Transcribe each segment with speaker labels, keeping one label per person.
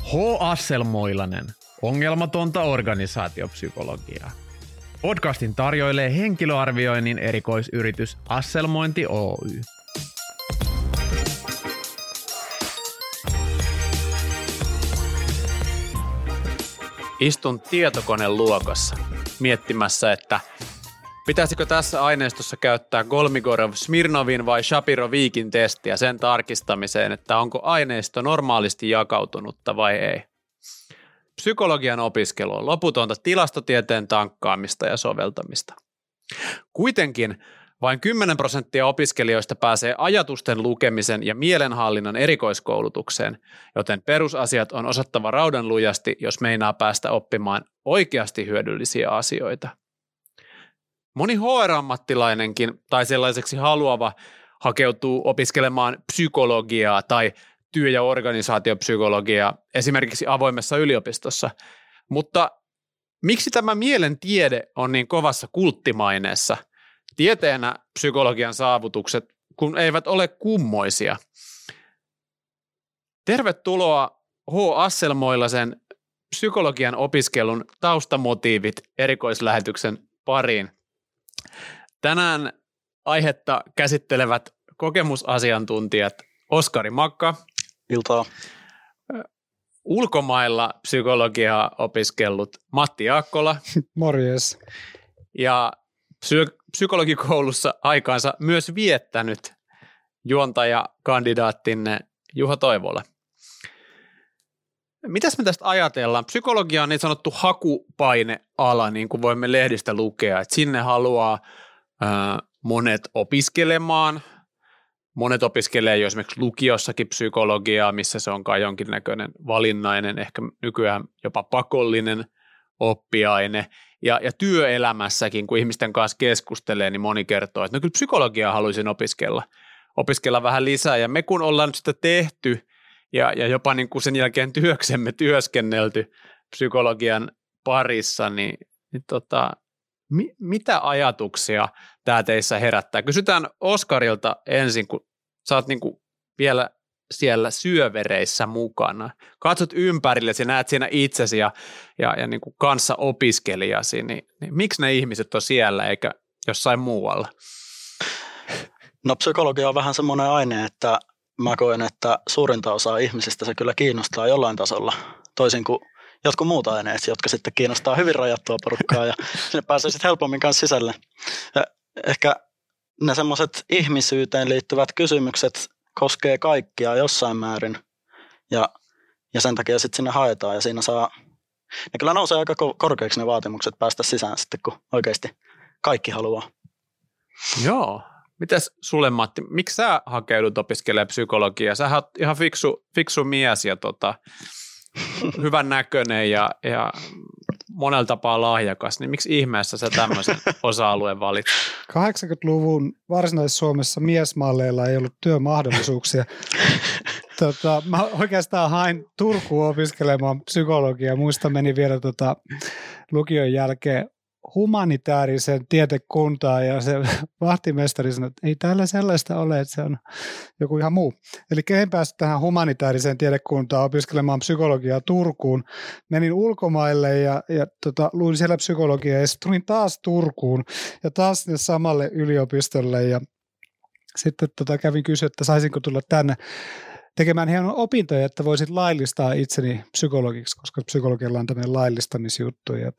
Speaker 1: H. Asselmoilanen, ongelmatonta organisaatiopsykologiaa. Podcastin tarjoilee henkilöarvioinnin erikoisyritys Asselmointi Oy.
Speaker 2: Istun tietokoneen luokassa miettimässä, että pitäisikö tässä aineistossa käyttää Golmigorov-Smirnovin vai Shapiro-Viikin testiä sen tarkistamiseen, että onko aineisto normaalisti jakautunutta vai ei. Psykologian opiskelu on loputonta tilastotieteen tankkaamista ja soveltamista. Kuitenkin vain 10% opiskelijoista pääsee ajatusten lukemisen ja mielenhallinnan erikoiskoulutukseen, joten perusasiat on osattava raudanlujasti, jos meinaa päästä oppimaan oikeasti hyödyllisiä asioita. Moni HR-ammattilainenkin tai sellaiseksi haluava hakeutuu opiskelemaan psykologiaa tai työ- ja organisaatiopsykologiaa esimerkiksi avoimessa yliopistossa, mutta miksi tämä mielen tiede on niin kovassa kulttimaineessa? Tieteenä psykologian saavutukset, kun eivät ole kummoisia. Tervetuloa H. Asselmoilasen psykologian opiskelun taustamotiivit erikoislähetyksen pariin. Tänään aihetta käsittelevät kokemusasiantuntijat Oskari Makka.
Speaker 3: Iltaa.
Speaker 2: Ulkomailla psykologiaa opiskellut Matti Jaakkola.
Speaker 4: Morjes.
Speaker 2: Ja psykologikoulussa aikaansa myös viettänyt juontajakandidaattinne Juha Toivola. Mitäs me tästä ajatellaan? Psykologia on niin sanottu hakupaineala, niin kuin voimme lehdistä lukea, että sinne haluaa monet opiskelemaan. Monet opiskelee jo esimerkiksi lukiossakin psykologiaa, missä se onkaan jonkinnäköinen valinnainen, ehkä nykyään jopa pakollinen oppiaine. Ja työelämässäkin, kun ihmisten kanssa keskustelee, niin moni kertoo, että no kyllä psykologiaa haluaisin opiskella vähän lisää. Ja me kun ollaan nyt sitä tehty ja jopa niin kuin sen jälkeen työksemme työskennelty psykologian parissa, niin mitä ajatuksia tämä teissä herättää? Kysytään Oskarilta ensin, kun sä oot niin kuin vielä siellä syövereissä mukana. Katsot ympärillesi, näet siinä itsesi ja niin kuin kanssa opiskelijasi, niin miksi ne ihmiset on siellä eikä jossain muualla?
Speaker 3: No psykologia on vähän semmoinen aine, että mä koen, että suurinta osaa ihmisistä se kyllä kiinnostaa jollain tasolla, toisin kuin jotkut muut aineet, jotka sitten kiinnostaa hyvin rajattua porukkaa ja sinne pääsee sitten helpommin kanssa sisälle. Ja ehkä ne semmoiset ihmisyyteen liittyvät kysymykset koskee kaikkia jossain määrin ja sen takia sitten sinne haetaan ja siinä ne kyllä nousee aika korkeaksi ne vaatimukset päästä sisään sitten, kun oikeasti kaikki haluaa.
Speaker 2: Joo. Mitäs sulle, Matti, miksi sä hakeudut opiskelemaan psykologiaa? Sä oot ihan fiksu mies ja hyvän näköinen ja monella tapaa lahjakas, niin miksi ihmeessä sä tämmöisen osa-alueen valitsit?
Speaker 4: 80-luvun Varsinais-Suomessa miesmalleilla ei ollut työmahdollisuuksia. Mä oikeastaan hain Turkuun opiskelemaan psykologiaa. Muistan, menin vielä lukion jälkeen humanitaarisen tietekuntaan ja se vahtimestari sanoi, että ei täällä sellaista ole, että se on joku ihan muu. Eli en päässyt tähän humanitaariseen tiedekuntaan opiskelemaan psykologiaa Turkuun. Menin ulkomaille ja luin siellä psykologiaa ja sitten tulin taas Turkuun ja taas sinne samalle yliopistolle ja sitten kävin kysyä, että saisinko tulla tänne tekemään hieman opintoja, että voisit laillistaa itseni psykologiksi, koska psykologialla on tämmöinen laillistamisjuttu ja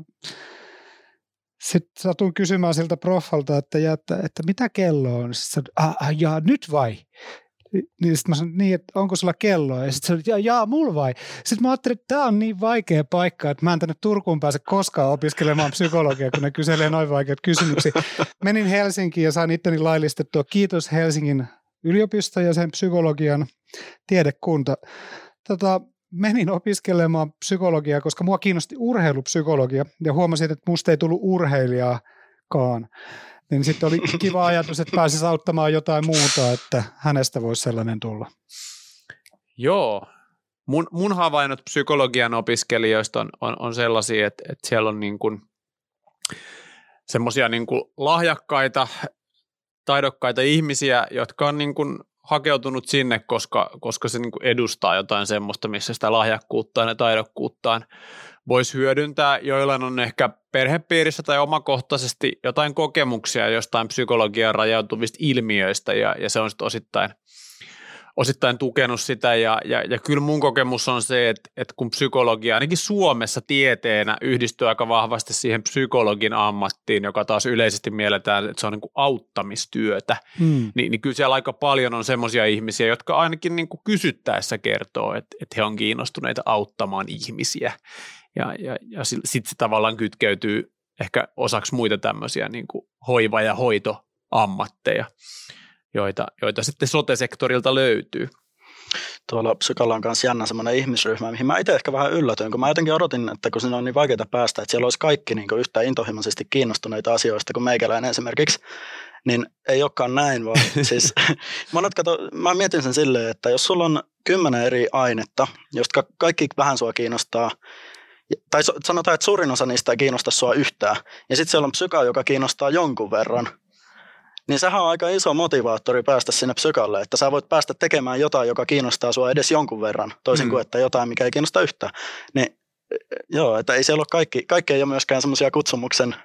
Speaker 4: sitten satuin kysymään siltä proffalta, että mitä kello on? Sitten sanoin, nyt vai? Niin sitten mä sanoin, niin, että onko sulla kelloa? Ja sitten sanoin, jaa, mulla vai? Sitten mä ajattelin, että tämä on niin vaikea paikka, että mä en tänne Turkuun pääse koskaan opiskelemaan psykologiaa, kun ne kyselee noin vaikeat kysymyksiä. Menin Helsinkiin ja sain itteni laillistettua. Kiitos Helsingin yliopisto ja sen psykologian tiedekunta. Menin opiskelemaan psykologiaa, koska mua kiinnosti urheilupsykologia ja huomasin, että musta ei tullut urheilijaakaan. Niin sitten oli kiva ajatus, että pääsisi auttamaan jotain muuta, että hänestä voisi sellainen tulla.
Speaker 2: Joo. Mun havainnot psykologian opiskelijoista on sellaisia, että siellä on niin kuin semmoisia niin kuin lahjakkaita, taidokkaita ihmisiä, jotka on niin kuin hakeutunut sinne, koska se niin kuin edustaa jotain semmoista, missä sitä lahjakkuuttaan ja taidokkuuttaan voisi hyödyntää. Joillain on ehkä perhepiirissä tai omakohtaisesti jotain kokemuksia jostain psykologiaan rajautuvista ilmiöistä, ja se on sitten osittain tukenut sitä, ja kyllä mun kokemus on se, että kun psykologia ainakin Suomessa tieteenä yhdistyy aika vahvasti siihen psykologin ammattiin, joka taas yleisesti mielletään, että se on niin kuin auttamistyötä, niin kyllä siellä aika paljon on semmoisia ihmisiä, jotka ainakin niin kuin kysyttäessä kertoo, että he on kiinnostuneita auttamaan ihmisiä, ja sitten se tavallaan kytkeytyy ehkä osaksi muita tämmöisiä niin kuin hoiva- ja hoitoammatteja, joita sitten sote-sektorilta löytyy.
Speaker 3: Tuolla Psykalla on kanssa jännä semmoinen ihmisryhmä, mihin mä itse ehkä vähän yllätyin, kun mä jotenkin odotin, että kun siinä on niin vaikeaa päästä, että siellä olisi kaikki niin yhtä intohimoisesti kiinnostuneita asioista kuin meikäläinen esimerkiksi, niin ei olekaan näin, vaan siis mä mietin sen silleen, että jos sulla on 10 eri ainetta, josta kaikki vähän sua kiinnostaa, tai sanotaan, että suurin osa niistä ei kiinnosta sua yhtään, ja sitten siellä on psyka, joka kiinnostaa jonkun verran, niin sehän on aika iso motivaattori päästä sinne psykalle, että sä voit päästä tekemään jotain, joka kiinnostaa sua edes jonkun verran, toisin kuin että jotain, mikä ei kiinnosta yhtään. Niin joo, että ei siellä ole kaikki ei ole myöskään semmoisia kutsumuksen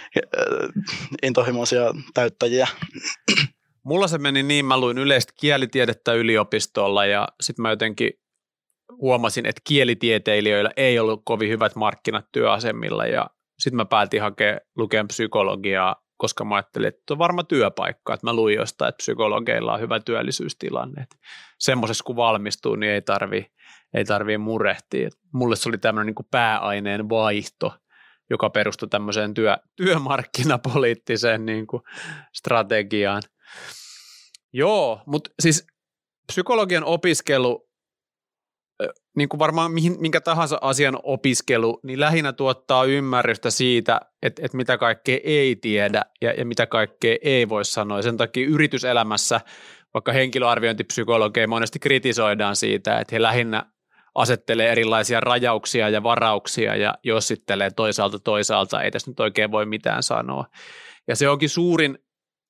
Speaker 3: intohimoisia täyttäjiä.
Speaker 2: Mulla se meni niin, mä luin yleistä kielitiedettä yliopistolla, ja sitten mä jotenkin huomasin, että kielitieteilijöillä ei ollut kovin hyvät markkinat työasemilla, ja sitten mä päätin lukemaan psykologiaa, koska mä ajattelin, että on varma työpaikka, että mä luin jostain, että psykologeilla on hyvä työllisyystilanne. Semmoisessa kun valmistuu, niin ei tarvii murehtia. Et mulle se oli tämmöinen niin kuin pääaineen vaihto, joka perustui tämmöiseen työmarkkinapoliittiseen niin kuin strategiaan. Joo, mutta siis psykologian opiskelu, niin kuin varmaan minkä tahansa asian opiskelu, niin lähinnä tuottaa ymmärrystä siitä, että mitä kaikkea ei tiedä ja mitä kaikkea ei voi sanoa. Sen takia yrityselämässä, vaikka henkilöarviointipsykologeja monesti kritisoidaan siitä, että he lähinnä asettelee erilaisia rajauksia ja varauksia ja jossittelee toisaalta, ei tässä nyt oikein voi mitään sanoa. Ja se onkin suurin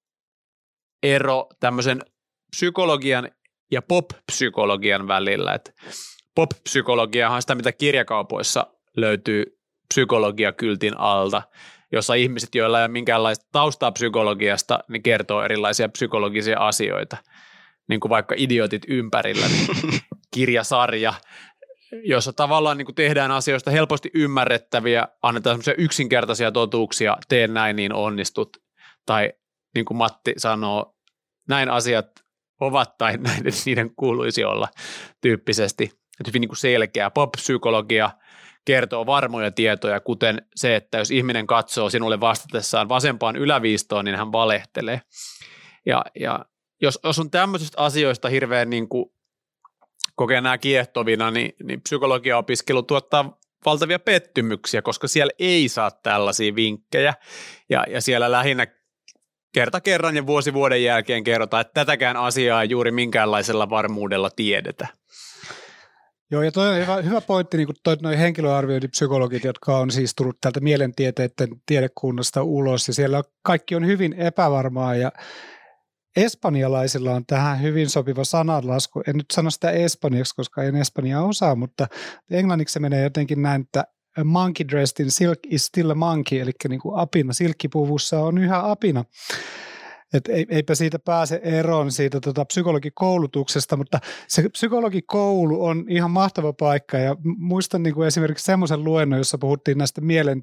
Speaker 2: ero tämmöisen psykologian ja pop-psykologian välillä, että pop-psykologia on sitä, mitä kirjakaupoissa löytyy psykologiakyltin alta, jossa ihmiset, joilla ei ole minkäänlaista taustaa psykologiasta, niin kertoo erilaisia psykologisia asioita, niin kuin vaikka Idiotit ympärillä, niin kirjasarja, jossa tavallaan niin kuin tehdään asioista helposti ymmärrettäviä, annetaan semmoisia yksinkertaisia totuuksia, tee näin, niin onnistut, tai niin kuin Matti sanoo, näin asiat ovat tai niiden kuuluisi olla tyyppisesti. Hyvin niin kuin selkeä pop-psykologia kertoo varmoja tietoja, kuten se, että jos ihminen katsoo sinulle vastatessaan vasempaan yläviistoon, niin hän valehtelee. Ja jos on tämmöisistä asioista hirveän niin kuin kokee nämä kiehtovina, niin psykologiaopiskelu tuottaa valtavia pettymyksiä, koska siellä ei saa tällaisia vinkkejä. Ja siellä lähinnä kerta kerran ja vuosi vuoden jälkeen kerrotaan, että tätäkään asiaa ei juuri minkäänlaisella varmuudella tiedetä.
Speaker 4: Joo, ja toi on hyvä pointti, niin kuin noi henkilöarviointipsykologit, jotka on siis tullut täältä mielentieteiden tiedekunnasta ulos, ja siellä kaikki on hyvin epävarmaa, ja espanjalaisilla on tähän hyvin sopiva sananlasku. En nyt sano sitä espanjaksi, koska en espanjaa osaa, mutta englanniksi se menee jotenkin näin, että a monkey dressed in silk is still a monkey, eli niin kuin apina, silkkipuvussa on yhä apina. Et eipä siitä pääse eroon siitä psykologikoulutuksesta, mutta se psykologikoulu on ihan mahtava paikka, ja muistan niin kuin esimerkiksi semmoisen luennon, jossa puhuttiin näistä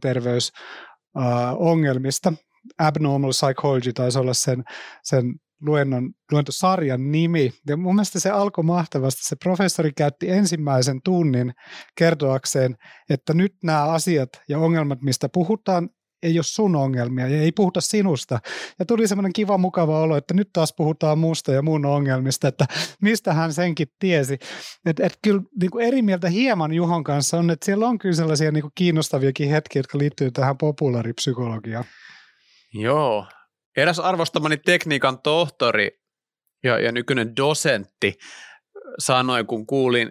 Speaker 4: mielenterveysongelmista. Abnormal Psychology taisi olla sen luentosarjan nimi, ja mun mielestä se alkoi mahtavasti. Se professori käytti ensimmäisen tunnin kertoakseen, että nyt nämä asiat ja ongelmat, mistä puhutaan, ei ole sun ongelmia ja ei puhuta sinusta. Ja tuli semmoinen kiva, mukava olo, että nyt taas puhutaan musta ja mun ongelmista, että mistä hän senkin tiesi. Että kyllä niin kuin eri mieltä hieman Juhon kanssa on, että siellä on kyllä sellaisia niin kuin kiinnostaviakin hetkiä, jotka liittyy tähän populaaripsykologiaan. Joo.
Speaker 2: Eräs arvostamani tekniikan tohtori ja nykyinen dosentti sanoi, kun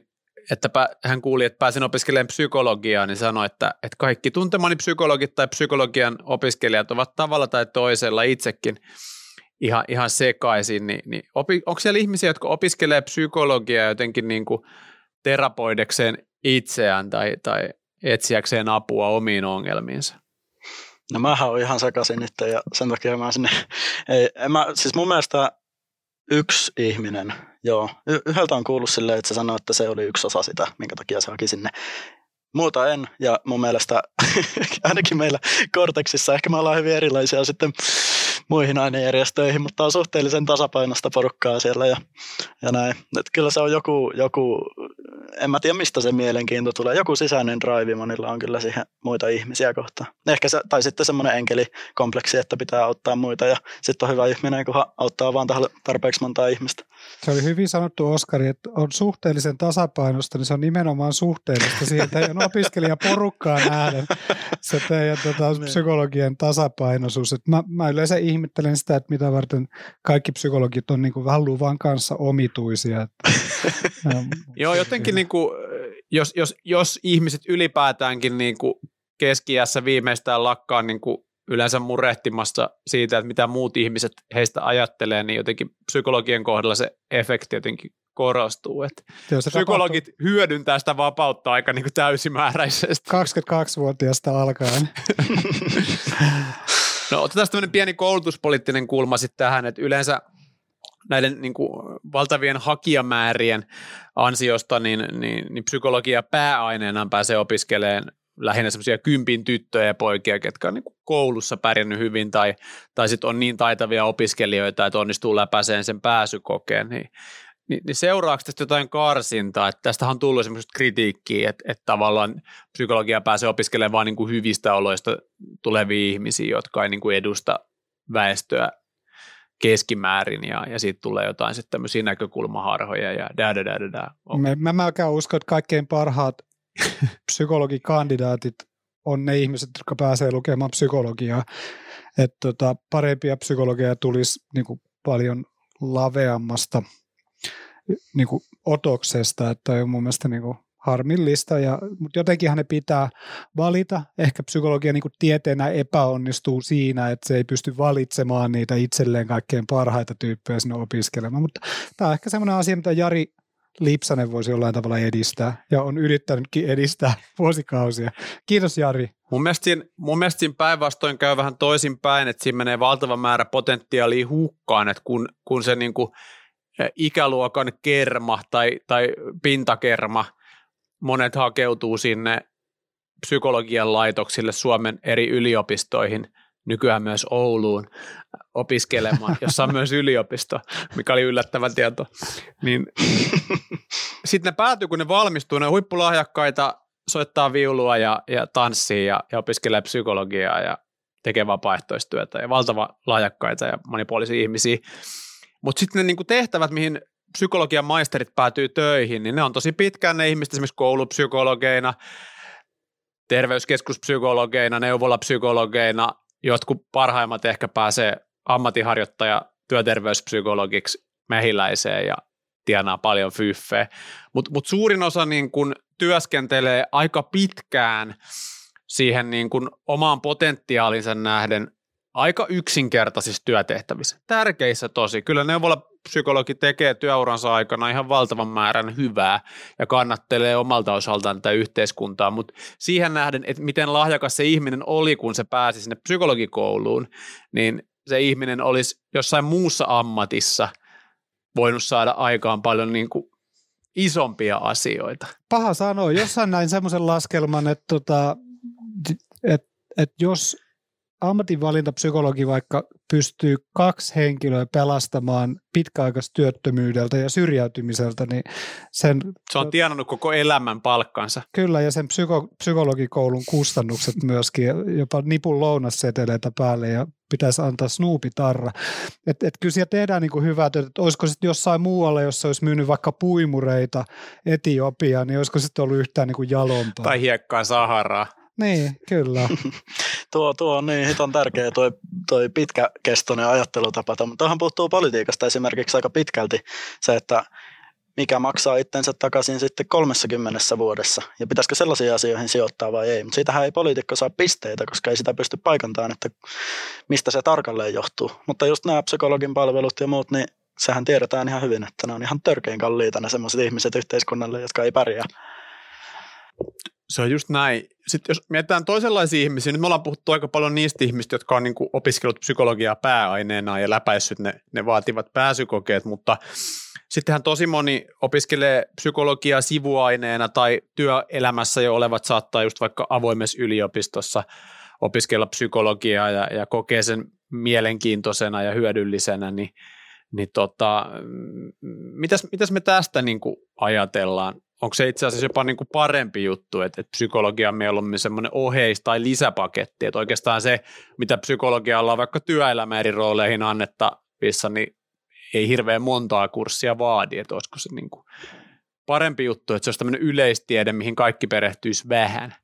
Speaker 2: hän kuuli, että pääsin opiskelemaan psykologiaa, niin sanoi, että kaikki tuntemani psykologit tai psykologian opiskelijat ovat tavalla tai toisella itsekin ihan sekaisin, niin onko siellä ihmisiä, jotka opiskelee psykologiaa jotenkin niin kuin terapoidekseen itseään tai etsiäkseen apua omiin ongelmiinsa?
Speaker 3: No mähän olen ihan sekaisin nyt ja sen takia mä sinne, siis mun mielestä yksi ihminen, joo, yhdeltä on kuullut silleen, että se sanoi, että se oli yksi osa sitä, minkä takia se haki sinne. Muuta en, ja mun mielestä ainakin meillä Cortexissa ehkä me ollaan hyvin erilaisia sitten muihin ainejärjestöihin, mutta on suhteellisen tasapainosta porukkaa siellä ja näin. Et kyllä se on joku, en mä tiedä mistä se mielenkiinto tulee, joku sisäinen drive monilla on kyllä siihen muita ihmisiä kohtaan. Ehkä se, tai sitten semmoinen enkelikompleksi, että pitää auttaa muita ja sitten on hyvä ihminen, kun auttaa vaan tarpeeksi montaa ihmistä. Se
Speaker 4: oli hyvin sanottu, Oskari, että on suhteellisen tasapainosta, niin se on nimenomaan suhteellista siihen teidän opiskelijaporukkaan nähden se teidän psykologian tasapainoisuus. Et mä yleensä ihmettelen sitä, että mitä varten kaikki psykologit on niin kuin vähän luvan kanssa omituisia.
Speaker 2: Joo, jotenkin niin kuin, jos ihmiset ylipäätäänkin niin kuin keski-iässä viimeistään lakkaa niin kuin yleensä murehtimassa siitä, että mitä muut ihmiset heistä ajattelee, niin jotenkin psykologien kohdalla se efekti jotenkin korostuu. Että psykologit hyödyntää sitä vapautta aika niin kuin täysimääräisesti.
Speaker 4: 22-vuotiaasta alkaen.
Speaker 2: No otetaan tämmöinen pieni koulutuspoliittinen kulma sitten tähän, että yleensä näiden niin kuin valtavien hakijamäärien ansiosta niin psykologia pääaineena pääsee opiskelemaan lähinnä semmoisia 10 tyttöjä ja poikia, ketkä on niin kuin koulussa pärjännyt hyvin tai sitten on niin taitavia opiskelijoita, että onnistuu läpäiseen sen pääsykokeen, niin seuraako tästä jotain karsintaa, että tästähän on tullut semmoista kritiikkiä, että tavallaan psykologia pääsee opiskelemaan vaan niin kuin hyvistä oloista tulevia ihmisiä, jotka ei niin kuin edusta väestöä keskimäärin ja siitä tulee jotain sitten tämmöisiä näkökulmaharhoja ja
Speaker 4: Mä melkein uskon, että kaikkein parhaat psykologikandidaatit on ne ihmiset, jotka pääsee lukemaan psykologiaa. Että parempia psykologiaa tulisi niin kuin paljon laveammasta niin kuin otoksesta, että on mun mielestä niin kuin harmillista, mutta jotenkinhan ne pitää valita. Ehkä psykologia niin kuin tieteenä epäonnistuu siinä, että se ei pysty valitsemaan niitä itselleen kaikkein parhaita tyyppejä sinne opiskelemaan, mutta tämä on ehkä semmoinen asia, mitä Jari Lipsanen voisi jollain tavalla edistää ja on yrittänytkin edistää vuosikausia. Kiitos Jari.
Speaker 2: Mun mielestä siinä päinvastoin käy vähän toisinpäin, että siinä menee valtava määrä potentiaalia hukkaan, että kun se niin kuin ikäluokan kerma tai pintakerma, monet hakeutuu sinne psykologian laitoksille Suomen eri yliopistoihin, nykyään myös Ouluun opiskelemaan, jossa on myös yliopisto, mikä oli yllättävä tieto. Niin, sitten ne päätyy, kun ne valmistuu, ne huippulahjakkaita, soittaa viulua ja tanssii ja opiskelee psykologiaa ja tekee vapaaehtoistyötä ja valtava lahjakkaita ja monipuolisia ihmisiä. Mutta sitten ne niinku tehtävät, mihin psykologian maisterit päätyy töihin, niin ne on tosi pitkään ne ihmiset esimerkiksi koulupsykologeina, terveyskeskuspsykologeina, neuvolapsykologeina, jotkut parhaimmat ehkä pääsee ammatinharjoittaja työterveyspsykologiksi Mehiläiseen ja tienaa paljon fyffeä. Mut suurin osa niin kun työskentelee aika pitkään siihen niin kun omaan potentiaalinsa nähden aika yksinkertaisissa työtehtävissä. Tärkeissä tosi. Kyllä neuvolapsykologi tekee työuransa aikana ihan valtavan määrän hyvää ja kannattelee omalta osaltaan tätä yhteiskuntaa, mutta siihen nähden, että miten lahjakas se ihminen oli, kun se pääsi sinne psykologikouluun, niin se ihminen olisi jossain muussa ammatissa voinut saada aikaan paljon niin kuin isompia asioita.
Speaker 4: Paha sanoa. Jossain näin semmoisen laskelman, että jos ammatinvalintapsykologi vaikka pystyy 2 henkilöä pelastamaan pitkäaikaistyöttömyydeltä ja syrjäytymiseltä, niin se
Speaker 2: on tienannut koko elämän palkkansa.
Speaker 4: Kyllä, ja sen psykologikoulun kustannukset myöskin, jopa nipun lounasseteleitä päälle ja pitäisi antaa Snoopy-tarra. Et kyllä siellä tehdään niin kuin hyvää työtä, että olisiko sitten jossain muualla, jossa olisi myynyt vaikka puimureita Etiopiaan, niin olisiko sitten ollut yhtään niin kuin jalompaa.
Speaker 2: Tai hiekkaa Saharaa.
Speaker 4: Niin, kyllä.
Speaker 3: tuo on niin hiton tärkeä toi pitkäkestoinen ajattelutapa, mutta tuohon puuttuu politiikasta esimerkiksi aika pitkälti se, että mikä maksaa itsensä takaisin sitten 30 vuodessa, ja pitäisikö sellaisiin asioihin sijoittaa vai ei. Mutta siitähän ei poliitikko saa pisteitä, koska ei sitä pysty paikantamaan, että mistä se tarkalleen johtuu. Mutta just nämä psykologin palvelut ja muut, niin sehän tiedetään ihan hyvin, että ne on ihan törkein kalliita ne sellaiset ihmiset yhteiskunnalle, jotka ei pärjää.
Speaker 2: Se on just näin. Sitten jos mietitään toisenlaisia ihmisiä, nyt me ollaan puhuttu aika paljon niistä ihmistä, jotka on niin kuin opiskellut psykologiaa pääaineena ja läpäissyt ne vaativat pääsykokeet, mutta sittenhän tosi moni opiskelee psykologiaa sivuaineena tai työelämässä jo olevat saattaa just vaikka avoimessa yliopistossa opiskella psykologiaa ja kokee sen mielenkiintoisena ja hyödyllisenä, niin mitäs me tästä niin kuin ajatellaan? Onko se itse asiassa jopa niin kuin parempi juttu, että psykologia on mieluummin semmoinen oheis- tai lisäpaketti, että oikeastaan se, mitä psykologialla on vaikka työelämän eri rooleihin annettavissa, niin ei hirveän montaa kurssia vaadi, että olisiko se niin kuin parempi juttu, että se olisi tämmöinen yleistiede, mihin kaikki perehtyisi vähän.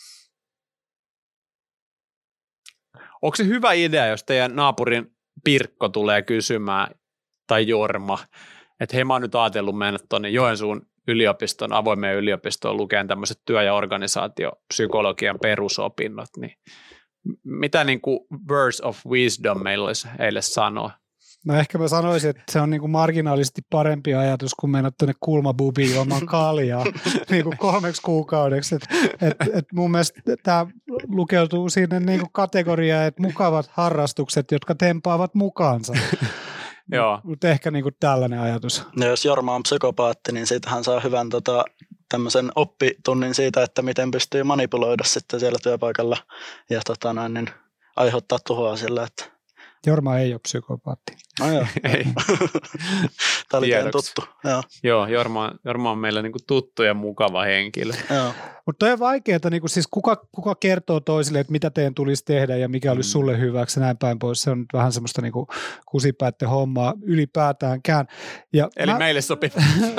Speaker 2: Onko se hyvä idea, jos teidän naapurin Pirkko tulee kysymään, tai Jorma, että hei, mä oon nyt ajatellut mennä tuonne Joensuun yliopiston, avoimeen yliopistoon lukeen tämmöiset työ- ja organisaatiopsykologian perusopinnot, niin mitä niin kuin words of wisdom meillä olisi heille sanoa?
Speaker 4: No ehkä mä sanoisin, että se on niin kuin marginaalisesti parempi ajatus, kun mennä tuonne kulmabubiin juomaan kaljaa niin kuin 3 kuukaudeksi. Et mun mielestä tämä lukeutuu sinne niin kuin kategoriaan, että mukavat harrastukset, jotka tempaavat mukaansa.
Speaker 2: Joo.
Speaker 4: Mutta ehkä niin kuin tällainen ajatus.
Speaker 3: No jos Jorma on psykopaatti, niin siitähän saa hyvän tämmöisen oppitunnin siitä, että miten pystyy manipuloida sitten siellä työpaikalla ja niin aiheuttaa tuhoa sillä, että
Speaker 4: Jorma ei ole psykopaatti.
Speaker 3: No joo.
Speaker 2: Ei.
Speaker 3: Tämä oli teidän tuttu.
Speaker 2: Joo, Jorma on meillä niinku tuttu ja mukava henkilö.
Speaker 4: Mutta toi on vaikeaa, niinku, siis kuka kertoo toisille, että mitä teidän tulisi tehdä ja mikä olisi sulle hyväksi ja näin päin pois. Se on nyt vähän semmoista niinku kusipäitten hommaa ylipäätäänkään. Ja
Speaker 2: eli meille sopii.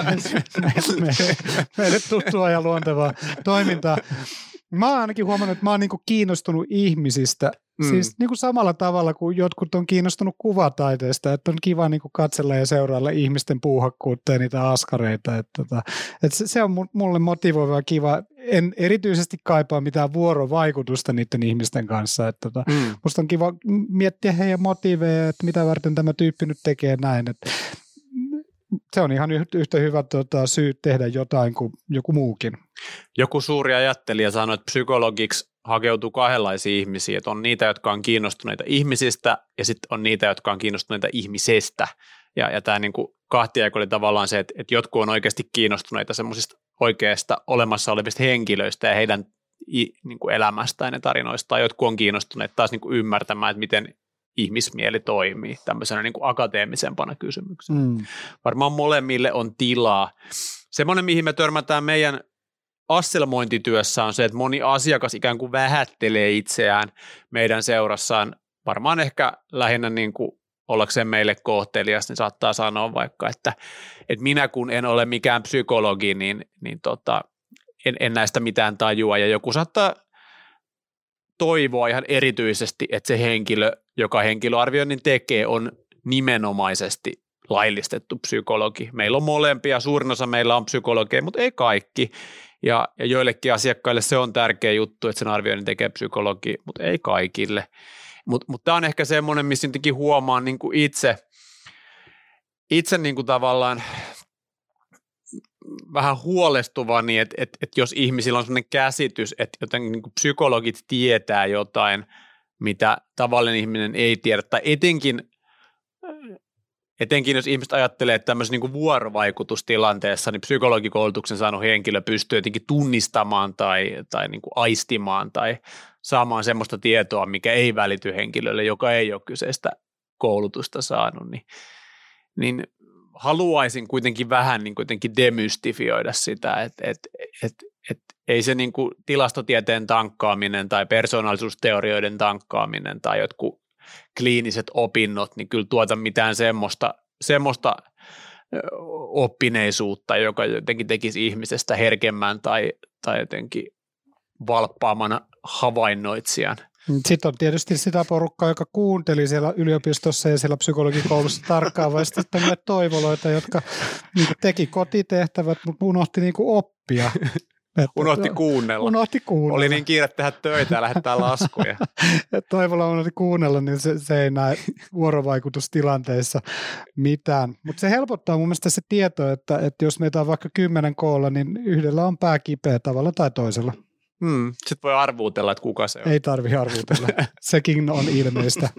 Speaker 4: meille tuttua ja luontevaa toimintaa. Mä oon ainakin huomannut, että mä oon niinku kiinnostunut ihmisistä. Siis niin kuin samalla tavalla kuin jotkut on kiinnostunut kuvataiteesta, että on kiva niin kuin katsella ja seurailla ihmisten puuhakkuutta ja niitä askareita. Että se on mulle motivoiva ja kiva. En erityisesti kaipaa mitään vuorovaikutusta niiden ihmisten kanssa. Että musta on kiva miettiä heidän motiiveja, että mitä varten tämä tyyppi nyt tekee näin. Että se on ihan yhtä hyvä syy tehdä jotain kuin joku muukin.
Speaker 2: Joku suuri ajattelija sanoi, että psykologiksi hakeutuu kahdenlaisia ihmisiä, että on niitä, jotka on kiinnostuneita ihmisistä ja sitten on niitä, jotka on kiinnostuneita ihmisestä. Ja tämä niin kuin kahtiajako oli tavallaan se, että jotkut on oikeasti kiinnostuneita semmoisista oikeasta olemassa olevista henkilöistä ja heidän niin kuin elämästään ja tarinoistaan. Jotkut on kiinnostuneet taas niin kuin ymmärtämään, että miten ihmismieli toimii tämmöisenä niin kuin akateemisempana kysymyksenä. Varmaan molemmille on tilaa. Semmoinen, mihin me törmätään meidän asselmointityössä on se, että moni asiakas ikään kuin vähättelee itseään meidän seurassaan. Varmaan ehkä lähinnä niin kuin ollakseen meille kohtelias, niin saattaa sanoa vaikka, että minä kun en ole mikään psykologi, niin en näistä mitään tajua. Ja joku saattaa toivoa ihan erityisesti, että se henkilö, joka henkilöarvioinnin tekee, on nimenomaisesti laillistettu psykologi. Meillä on molempia, suurin osa meillä on psykologeja, mutta ei kaikki. Ja joillekin asiakkaille se on tärkeä juttu, että sen arvioinnin tekee psykologi, mutta ei kaikille. Mutta tämä on ehkä semmoinen, missä jotenkin huomaan niin kuin itse niin kuin tavallaan vähän huolestuvani, että jos ihmisillä on sellainen käsitys, että jotenkin niin kuin psykologit tietää jotain, mitä tavallinen ihminen ei tiedä, tai etenkin jos ihmiset ajattelee, että tämmöisessä niin kuin vuorovaikutustilanteessa niin psykologikoulutuksen saanut henkilö pystyy jotenkin tunnistamaan tai niin kuin aistimaan tai saamaan semmoista tietoa, mikä ei välity henkilölle, joka ei ole kyseistä koulutusta saanut, niin haluaisin kuitenkin vähän niin kuitenkin demystifioida sitä, että ei se niin kuin tilastotieteen tankkaaminen tai persoonallisuusteorioiden tankkaaminen tai jotkut kliiniset opinnot, niin kyllä tuota mitään semmoista oppineisuutta, joka jotenkin tekisi ihmisestä herkemmän tai jotenkin valppaamana havainnoitsijan.
Speaker 4: Sitten on tietysti sitä porukkaa, joka kuunteli siellä yliopistossa ja siellä psykologikoulussa tarkkaavasti tämmöisiä toivoloita, jotka niin teki kotitehtävät, mutta unohti niin oppia.
Speaker 2: Unohti kuunnella. Oli niin kiire tehdä töitä ja lähettää laskuja.
Speaker 4: Toivolla unohti kuunnella, niin se ei näe vuorovaikutustilanteissa mitään. Mutta se helpottaa mun mielestä se tieto, että jos meitä on vaikka 10 koolla, niin yhdellä on pää kipeä tavalla tai toisella.
Speaker 2: Sitten voi arvuutella, että kuka se on.
Speaker 4: Ei tarvitse arvuutella. Sekin on ilmeistä.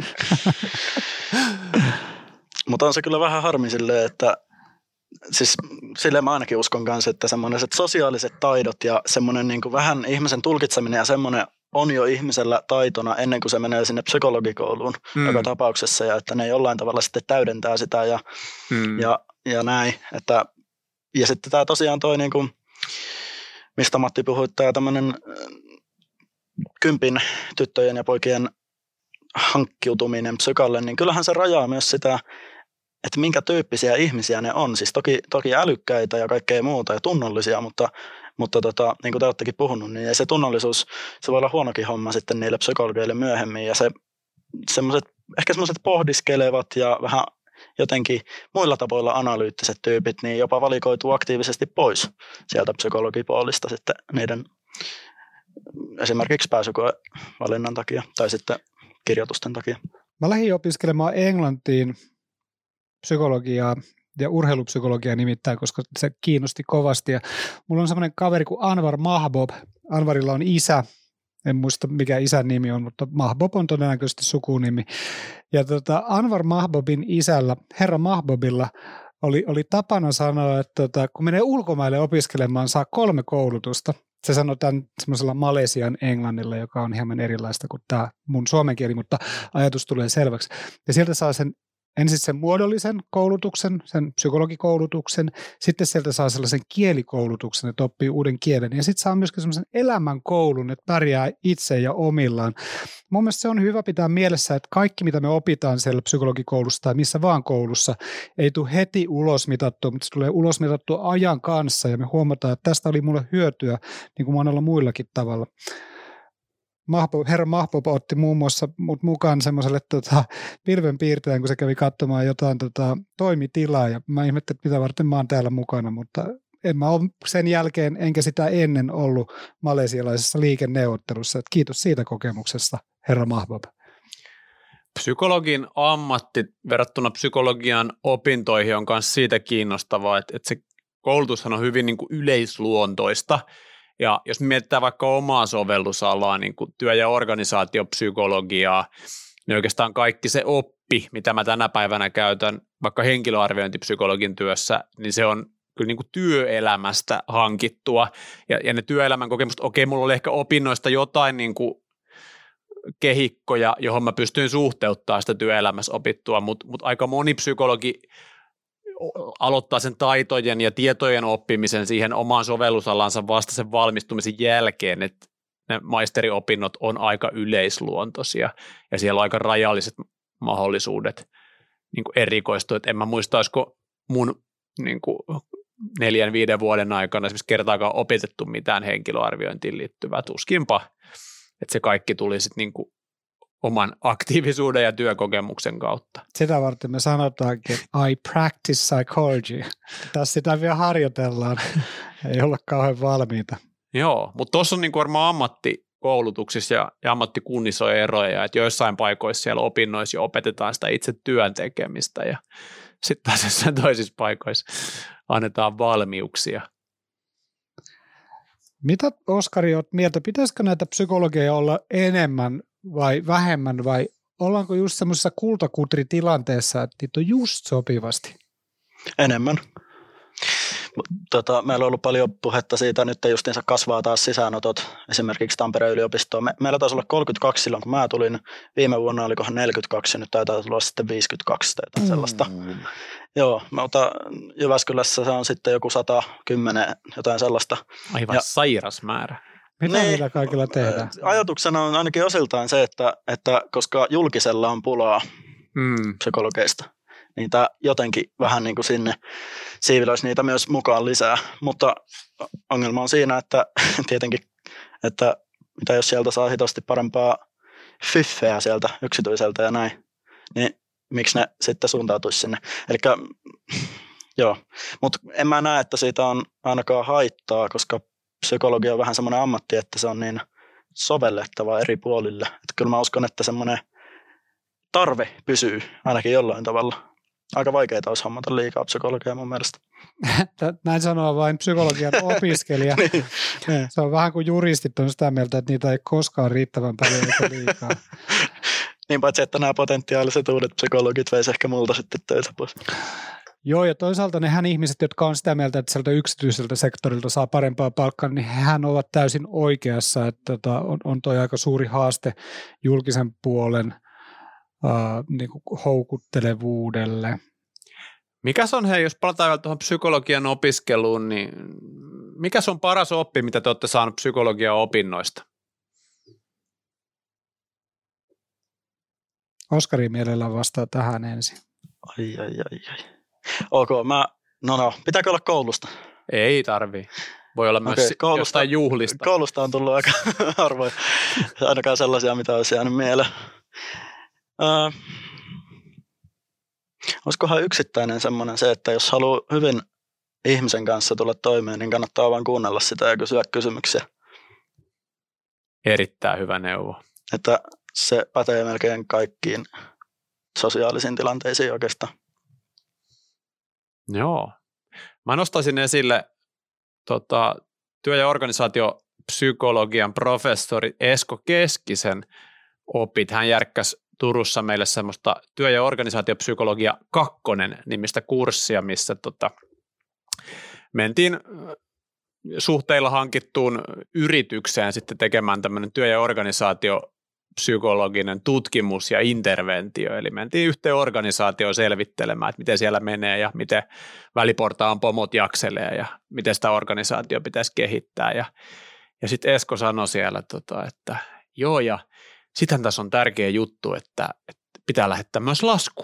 Speaker 3: Mutta on se kyllä vähän harmi silleen, että siis silleen mä ainakin uskon kanssa, että semmoiset sosiaaliset taidot ja semmoinen niin kuin vähän ihmisen tulkitseminen ja semmoinen on jo ihmisellä taitona ennen kuin se menee sinne psykologikouluun joka tapauksessa ja että ne jollain tavalla sitten täydentää sitä ja näin. Että, ja sitten tämä tosiaan toi niin kuin, mistä Matti puhui, tämä tämmöinen 10 tyttöjen ja poikien hankkiutuminen psykalle, niin kyllähän se rajaa myös sitä, että minkä tyyppisiä ihmisiä ne on. Siis toki älykkäitä ja kaikkea muuta ja tunnollisia, mutta niin kuin te olettekin puhunut, niin se tunnollisuus, se voi olla huonokin homma sitten niille psykologeille myöhemmin. Ja ehkä semmoiset pohdiskelevat ja vähän jotenkin muilla tavoilla analyyttiset tyypit, niin jopa valikoituu aktiivisesti pois sieltä psykologipuolista sitten niiden esimerkiksi pääsykoevalinnan takia tai sitten kirjoitusten takia.
Speaker 4: Mä lähdin opiskelemaan Englantiin psykologiaa ja urheilupsykologiaa nimittäin, koska se kiinnosti kovasti. Ja mulla on semmoinen kaveri kuin Anwar Mahboub. Anwarilla on isä. En muista mikä isän nimi on, mutta Mahboub on todennäköisesti sukunimi. Ja Anwar Mahboubin isällä, herra Mahboubilla, oli tapana sanoa, että kun menee ulkomaille opiskelemaan, saa 3 koulutusta. Se sanoi tämän semmoisella malesian englannilla, joka on hieman erilaista kuin tämä mun suomen kieli, mutta ajatus tulee selväksi. Ja sieltä saa ensin sen muodollisen koulutuksen, sen psykologikoulutuksen, sitten sieltä saa sellaisen kielikoulutuksen, että oppii uuden kielen, ja sitten saa myöskin sellaisen elämänkoulun, että pärjää itse ja omillaan. Mun mielestä se on hyvä pitää mielessä, että kaikki, mitä me opitaan siellä psykologikoulussa tai missä vaan koulussa, ei tule heti ulosmitattua, mutta se tulee ulosmitattua ajan kanssa, ja me huomataan, että tästä oli mulle hyötyä, niin kuin monella muillakin tavalla. Herra Mahboub otti muun muassa mut mukaan semmoiselle pilvenpiirtäjän, kun se kävi katsomaan jotain toimitilaa, ja mä ihmettelin, että mitä varten mä oon täällä mukana, mutta en mä ole sen jälkeen, enkä sitä ennen ollut malesialaisessa liikenneuvottelussa. Että kiitos siitä kokemuksesta, herra Mahboub.
Speaker 2: Psykologin ammatti verrattuna psykologian opintoihin on myös siitä kiinnostavaa, että se koulutushan on hyvin niin kuin yleisluontoista. Ja jos mietitään vaikka omaa sovellusalaa, niin kuin työ- ja organisaatiopsykologiaa, niin oikeastaan kaikki se oppi, mitä mä tänä päivänä käytän vaikka henkilöarviointipsykologin työssä, niin se on kyllä niin kuin työelämästä hankittua. Ja ne työelämän kokemukset, okei, mulla oli ehkä opinnoista jotain niin kuin kehikkoja, johon mä pystyin suhteuttamaan sitä työelämässä opittua, mutta aika moni psykologi aloittaa sen taitojen ja tietojen oppimisen siihen omaan sovellusalansa vasta sen valmistumisen jälkeen, että ne maisteriopinnot on aika yleisluontoisia ja siellä on aika rajalliset mahdollisuudet niin kuin erikoistua, että en mä muista, olisiko mun niin kuin 4-5 vuoden aikana esimerkiksi kertaakaan opetettu mitään henkilöarviointiin liittyvää, tuskinpa, että se kaikki tuli sitten niin kuin oman aktiivisuuden ja työkokemuksen kautta.
Speaker 4: Sitä varten me sanotaankin, I practice psychology. Tässä sitä vielä harjoitellaan, ei olla kauhean valmiita.
Speaker 2: Joo, mutta tuossa on niin varmaan ammattikoulutuksissa ja ammattikunnissa on eroja, että joissain paikoissa siellä opinnoissa jo opetetaan sitä itse työn tekemistä ja sitten taas jossain toisissa paikoissa annetaan valmiuksia.
Speaker 4: Mitä, Oskari, olet mieltä, pitäisikö näitä psykologeja olla enemmän vai vähemmän, vai ollaanko just semmoisessa kultakutritilanteessa, että niitä on just sopivasti?
Speaker 3: Enemmän. Meillä on ollut paljon puhetta siitä, nyt justiinsa kasvaa taas sisäänotot esimerkiksi Tampereen yliopistoon. Meillä taisi olla 32 silloin, kun mä tulin. Viime vuonna olikohan 42 ja nyt taitaa tulla sitten 52 tai jotain sellaista. Joo, mutta Jyväskylässä se on sitten joku 110, jotain sellasta.
Speaker 2: Aivan sairas määrä.
Speaker 4: Mitä niillä kaikilla tehdään?
Speaker 3: Ajatuksena on ainakin osiltaan se, että koska julkisella on pulaa psykologeista, niin tämä jotenkin vähän niin kuin sinne siivilöisi niitä myös mukaan lisää. Mutta ongelma on siinä, että tietenkin, että mitä jos sieltä saa hitosti parempaa fyffeä sieltä yksityiseltä ja näin, niin miksi ne sitten suuntautuisi sinne. Elikkä joo, mutta en mä näe, että siitä on ainakaan haittaa, koska psykologia on vähän semmoinen ammatti, että se on niin sovellettava eri puolille. Että kyllä mä uskon, että semmoinen tarve pysyy ainakin jollain tavalla. Aika vaikeaa olisi hommata liikaa psykologiaa mun mielestä.
Speaker 4: Näin sanoo vain psykologian opiskelija.
Speaker 3: Niin.
Speaker 4: Se on vähän kuin juristit on sitä mieltä, että niitä ei koskaan riittävän paljon eikä liikaa.
Speaker 3: Niin paitsi, että nämä potentiaaliset uudet psykologit veisi ehkä multa sitten töitä pois.
Speaker 4: Joo, ja toisaalta nehän ihmiset, jotka on sitä mieltä, että sieltä yksityiseltä sektorilta saa parempaa palkkaa, niin hehän ovat täysin oikeassa, että on toi aika suuri haaste julkisen puolen niin kuin houkuttelevuudelle.
Speaker 2: Mikäs on, hei, jos palataan vielä tuohon psykologian opiskeluun, niin mikäs on paras oppi, mitä te olette saaneet psykologian opinnoista?
Speaker 4: Oskari mielellään vastaa tähän ensin.
Speaker 3: Ai. Ok, pitääkö olla koulusta?
Speaker 2: Ei tarvii. Voi olla myös jostain juhlista.
Speaker 3: Koulusta on tullut aika harvoin, ainakaan sellaisia, mitä olisi jäänyt mieleen. Olisikohan yksittäinen semmoinen se, että jos haluaa hyvin ihmisen kanssa tulla toimeen, niin kannattaa vaan kuunnella sitä ja kysyä kysymyksiä.
Speaker 2: Erittäin hyvä neuvo.
Speaker 3: Että se pätee melkein kaikkiin sosiaalisiin tilanteisiin oikeastaan.
Speaker 2: Joo. Mä nostaisin esille työ- ja organisaatiopsykologian professori Esko Keskisen opit. Hän järkkäsi Turussa meille semmoista työ- ja organisaatiopsykologia 2 nimistä kurssia, missä mentiin suhteilla hankittuun yritykseen sitten tekemään tämmöinen työ- ja organisaatiopsykologinen tutkimus ja interventio. Eli mentiin yhteen organisaatioon selvittelemään, että miten siellä menee ja miten väliportaan pomot jakselee ja miten sitä organisaatio pitäisi kehittää. Ja sitten Esko sanoi siellä, että joo, ja sittenhän tässä on tärkeä juttu, että pitää lähettää myös lasku.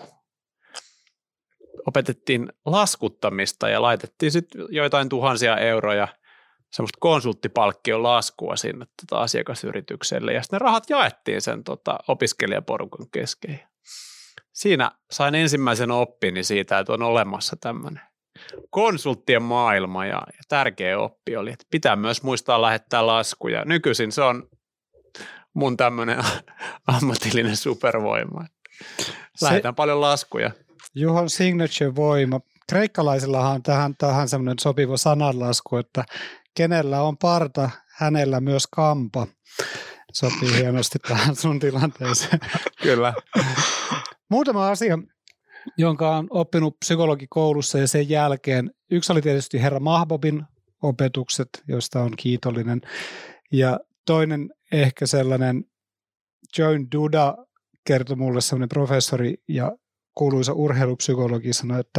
Speaker 2: Opetettiin laskuttamista ja laitettiin sitten joitain tuhansia euroja semmoista konsulttipalkkion laskua sinne asiakasyritykselle ja sitten ne rahat jaettiin sen opiskelijaporukan kesken. Siinä sain ensimmäisen oppini siitä, että on olemassa tämmöinen konsulttien maailma ja tärkeä oppi oli, että pitää myös muistaa lähettää laskuja. Nykyisin se on mun tämmöinen ammatillinen supervoima. Lähetän paljon laskuja.
Speaker 4: Juhon signature-voima. Kreikkalaisillahan on tähän semmoinen sopiva sananlasku, että kenellä on parta, hänellä myös kampa. Sopii hienosti tähän sun tilanteeseen.
Speaker 2: Kyllä.
Speaker 4: Muutama asia, jonka on oppinut psykologikoulussa ja sen jälkeen. Yksi oli tietysti herra Mahbobin opetukset, joista on kiitollinen. Ja toinen ehkä sellainen, Joan Duda kertoi mulle sellainen professori ja kuuluisa urheilupsykologi sanoi, että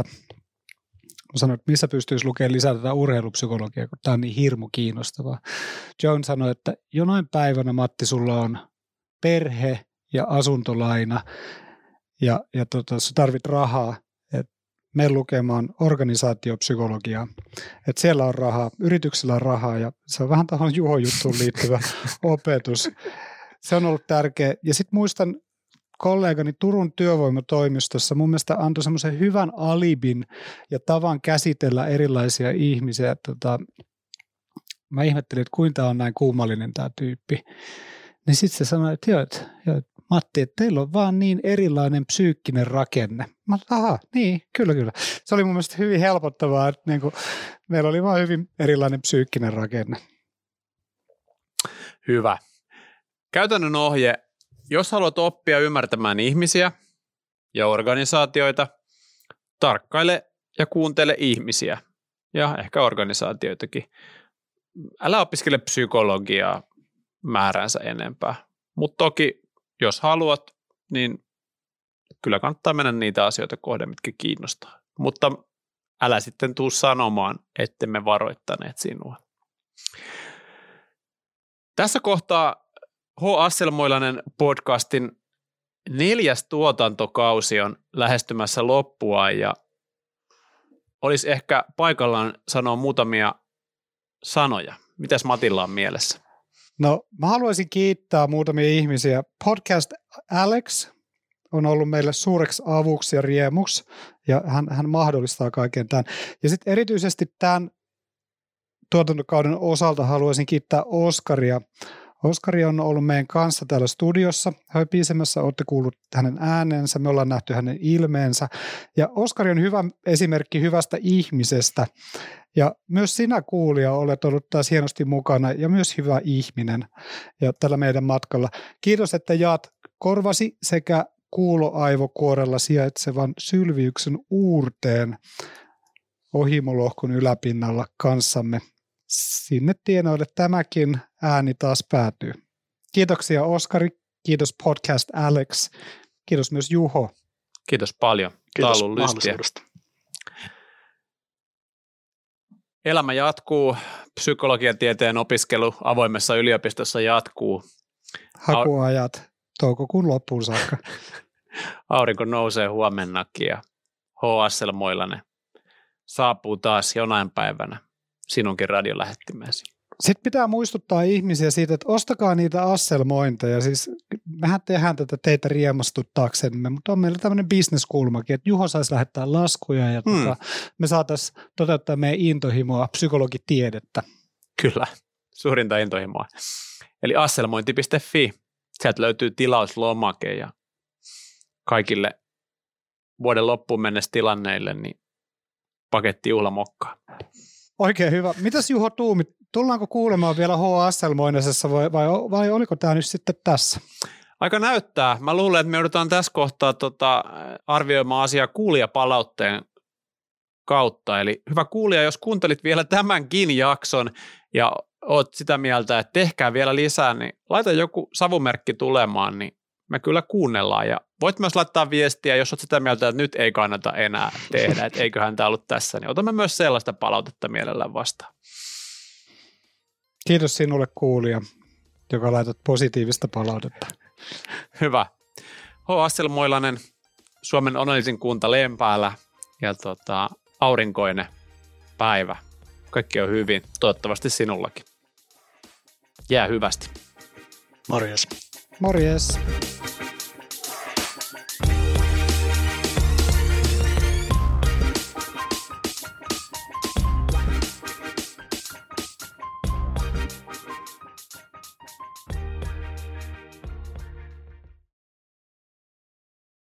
Speaker 4: missä pystyisi lukemaan lisää tätä urheilupsykologiaa, kun tämä on niin hirmu kiinnostavaa. Joan sanoi, että jonain päivänä, Matti, sulla on perhe ja asuntolaina ja sä tarvit rahaa, että mene lukemaan organisaatiopsykologiaa. Että siellä on rahaa, yrityksillä on rahaa ja se on vähän tähän Juho-juttuun liittyvä opetus. Se on ollut tärkeä. Ja sitten muistan kollegani Turun työvoimatoimistossa mun mielestä antoi semmoisen hyvän alibin ja tavan käsitellä erilaisia ihmisiä. Mä ihmettelin, että kuinka on näin kummallinen tämä tyyppi. Niin sitten se sanoi, että joo, Matti, että teillä on vaan niin erilainen psyykkinen rakenne. Mä aha, niin, kyllä. Se oli mun mielestä hyvin helpottavaa, että niin kuin, meillä oli vaan hyvin erilainen psyykkinen rakenne.
Speaker 2: Hyvä. Käytännön ohje. Jos haluat oppia ymmärtämään ihmisiä ja organisaatioita, tarkkaile ja kuuntele ihmisiä ja ehkä organisaatioitakin. Älä opiskele psykologiaa määränsä enempää, mutta toki jos haluat, niin kyllä kannattaa mennä niitä asioita kohden, mitkä kiinnostaa. Mutta älä sitten tuu sanomaan, ettemme varoittaneet sinua. Tässä kohtaa H. Asselmoilainen podcastin 4. tuotantokausi on lähestymässä loppuaan ja olisi ehkä paikallaan sanoa muutamia sanoja. Mitäs Matilla on mielessä?
Speaker 4: No, mä haluaisin kiittää muutamia ihmisiä. Podcast Alex on ollut meille suureksi avuksi ja riemuksi, ja hän mahdollistaa kaiken tämän. Ja sitten erityisesti tämän tuotantokauden osalta haluaisin kiittää Oskaria. Oskari on ollut meidän kanssa täällä studiossa höpisemässä, olette kuullut hänen äänensä, me ollaan nähty hänen ilmeensä. Ja Oskari on hyvä esimerkki hyvästä ihmisestä. Ja myös sinä kuulija olet ollut taas hienosti mukana ja myös hyvä ihminen ja tällä meidän matkalla. Kiitos, että jaat korvasi sekä kuuloaivokuorella sijaitsevan sylviyksen uurteen ohimolohkon yläpinnalla kanssamme. Sinne tienoille tämäkin ääni taas päätyy. Kiitoksia Oskari, kiitos Podcast Alex, kiitos myös Juho.
Speaker 2: Kiitos paljon.
Speaker 3: Kiitos mahdollisuudesta.
Speaker 2: Elämä jatkuu, psykologian tieteen opiskelu avoimessa yliopistossa jatkuu.
Speaker 4: Hakuajat toukokuun loppuun saakka.
Speaker 2: Aurinko nousee huomennakin ja H.Assel Moilanen saapuu taas jonain päivänä sinunkin radiolähettimeesi.
Speaker 4: Sitten pitää muistuttaa ihmisiä siitä, että ostakaa niitä Asselmointeja. Siis mehän tehdään tätä teitä riemastuttaaksemme, mutta on meillä tämmöinen bisneskulmakin, että Juho saisi lähettää laskuja ja me saataisiin toteuttaa meidän intohimoa, psykologitiedettä.
Speaker 2: Kyllä, suurinta intohimoa. Eli asselmointi.fi, sieltä löytyy tilauslomake ja kaikille vuoden loppuun mennessä tilanneille niin paketti juhlamokkaa.
Speaker 4: Oikein hyvä. Mitäs Juho tuumit? Tullaanko kuulemaan vielä H.Asselmoinesessa vai oliko tämä nyt sitten tässä?
Speaker 2: Aika näyttää. Mä luulen, että me joudutaan tässä kohtaa arvioimaan asiaa kuulijapalautteen kautta. Eli hyvä kuulija, jos kuuntelit vielä tämänkin jakson ja oot sitä mieltä, että tehkää vielä lisää, niin laita joku savumerkki tulemaan, niin me kyllä kuunnellaan. Ja voit myös laittaa viestiä, jos oot sitä mieltä, että nyt ei kannata enää tehdä, että eiköhän tämä ollut tässä, niin otamme myös sellaista palautetta mielellään vastaan.
Speaker 4: Kiitos sinulle kuulija, joka laitat positiivista palautetta.
Speaker 2: Hyvä. H.Assel Moilanen, Suomen onnellisin kunta Lempäälä ja aurinkoinen päivä. Kaikki on hyvin, toivottavasti sinullakin. Jää hyvästi.
Speaker 3: Morjes.
Speaker 4: Morjes.